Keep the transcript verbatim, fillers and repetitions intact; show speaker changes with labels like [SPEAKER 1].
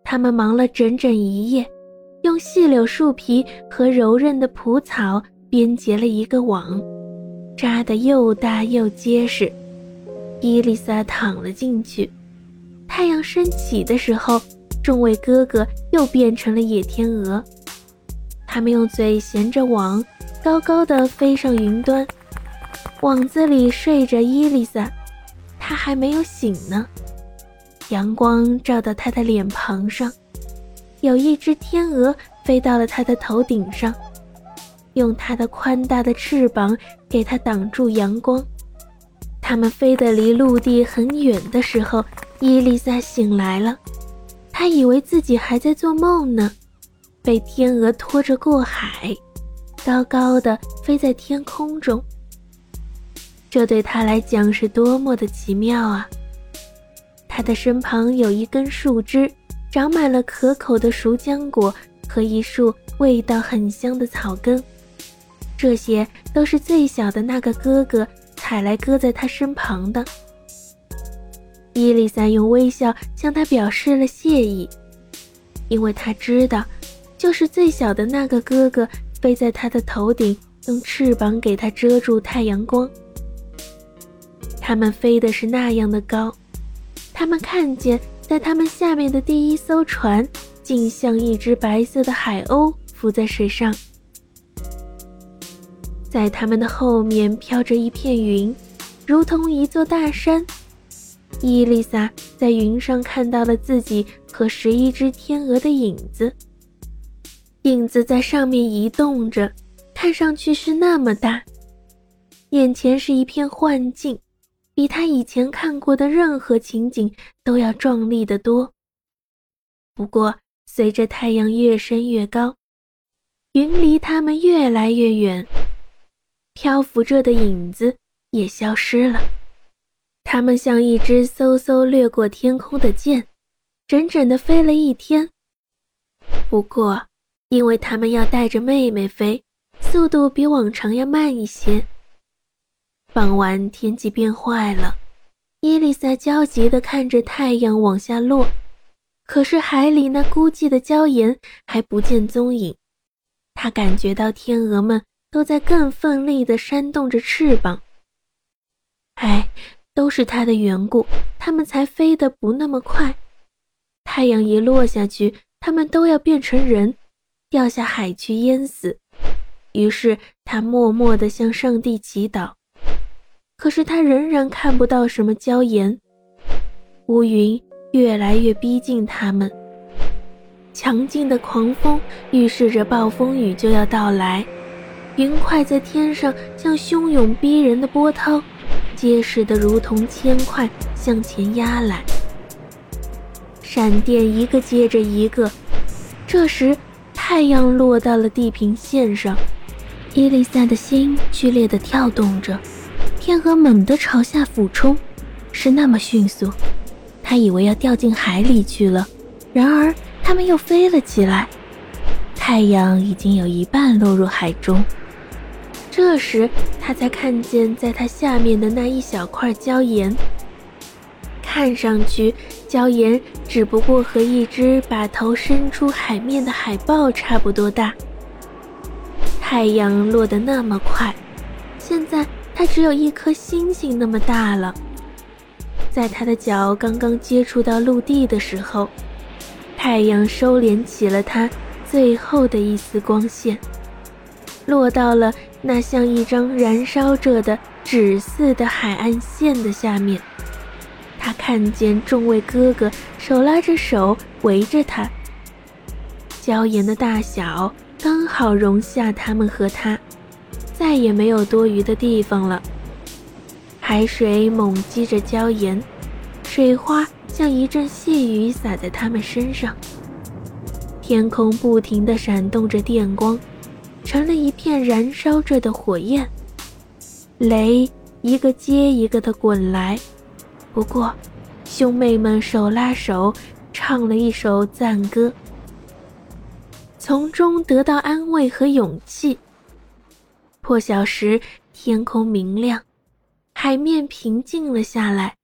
[SPEAKER 1] 他们忙了整整一夜，用细柳树皮和柔韧的蒲草编结了一个网，扎得又大又结实。伊丽莎躺了进去。太阳升起的时候，众位哥哥又变成了野天鹅，他们用嘴衔着网，高高的飞上云端。网子里睡着伊丽莎，她还没有醒呢。阳光照到她的脸庞上，有一只天鹅飞到了她的头顶上，用它的宽大的翅膀给她挡住阳光。它们飞得离陆地很远的时候，伊丽莎醒来了。她以为自己还在做梦呢，被天鹅拖着过海，高高的飞在天空中。这对她来讲是多么的奇妙啊！她的身旁有一根树枝，长满了可口的熟浆果和一束味道很香的草根，这些都是最小的那个哥哥采来搁在她身旁的。伊丽莎用微笑向他表示了谢意，因为她知道，就是最小的那个哥哥飞在她的头顶，用翅膀给她遮住太阳光。他们飞的是那样的高，他们看见在他们下面的第一艘船竟像一只白色的海鸥浮在水上。在他们的后面飘着一片云，如同一座大山。伊丽莎在云上看到了自己和十一只天鹅的影子，影子在上面移动着，看上去是那么大，眼前是一片幻境，比她以前看过的任何情景都要壮丽得多。不过随着太阳越升越高，云离他们越来越远，漂浮着的影子也消失了。它们像一支嗖嗖掠过天空的箭，整整地飞了一天。不过因为它们要带着妹妹飞，速度比往常要慢一些。傍晚天气变坏了，伊丽莎焦急地看着太阳往下落，可是海里那孤寂的礁岩还不见踪影。她感觉到天鹅们都在更奋力地扇动着翅膀。哎，都是它的缘故，它们才飞得不那么快。太阳一落下去，它们都要变成人，掉下海去淹死。于是他默默地向上帝祈祷，可是他仍然看不到什么礁岩。乌云越来越逼近他们，强劲的狂风预示着暴风雨就要到来。云块在天上像汹涌逼人的波涛，结实的如同铅块向前压来，闪电一个接着一个。这时太阳落到了地平线上，伊丽莎的心剧烈地跳动着。天鹅猛地朝下俯冲，是那么迅速，她以为要掉进海里去了，然而它们又飞了起来。太阳已经有一半落入海中。这时他才看见在它下面的那一小块礁岩，看上去礁岩只不过和一只把头伸出海面的海豹差不多大。太阳落得那么快，现在它只有一颗星星那么大了。在它的脚刚刚接触到陆地的时候，太阳收敛起了它最后的一丝光线，落到了那像一张燃烧着的纸似的海岸线的下面。他看见众位哥哥手拉着手围着他，礁岩的大小刚好容下他们和他，再也没有多余的地方了。海水猛击着礁岩，水花像一阵细雨洒在他们身上。天空不停地闪动着电光，成了一片燃烧着的火焰，雷一个接一个地滚来。不过兄妹们手拉手唱了一首赞歌，从中得到安慰和勇气。破晓时天空明亮，海面平静了下来，